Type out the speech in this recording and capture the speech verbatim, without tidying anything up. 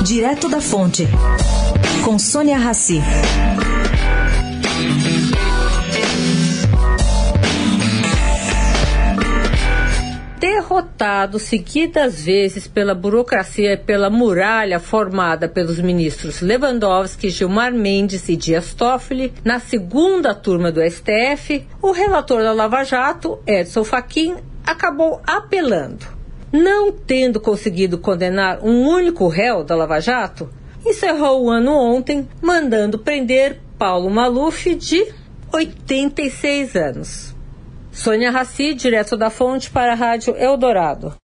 Direto da Fonte, com Sônia Rassi. Derrotado seguidas vezes pela burocracia e pela muralha formada pelos ministros Lewandowski, Gilmar Mendes e Dias Toffoli, na segunda turma do S T F, o relator da Lava Jato, Edson Fachin, acabou apelando. Não tendo conseguido condenar um único réu da Lava Jato, encerrou o ano ontem, mandando prender Paulo Maluf, de oitenta e seis anos. Sônia Rassi, direto da Fonte, para a Rádio Eldorado.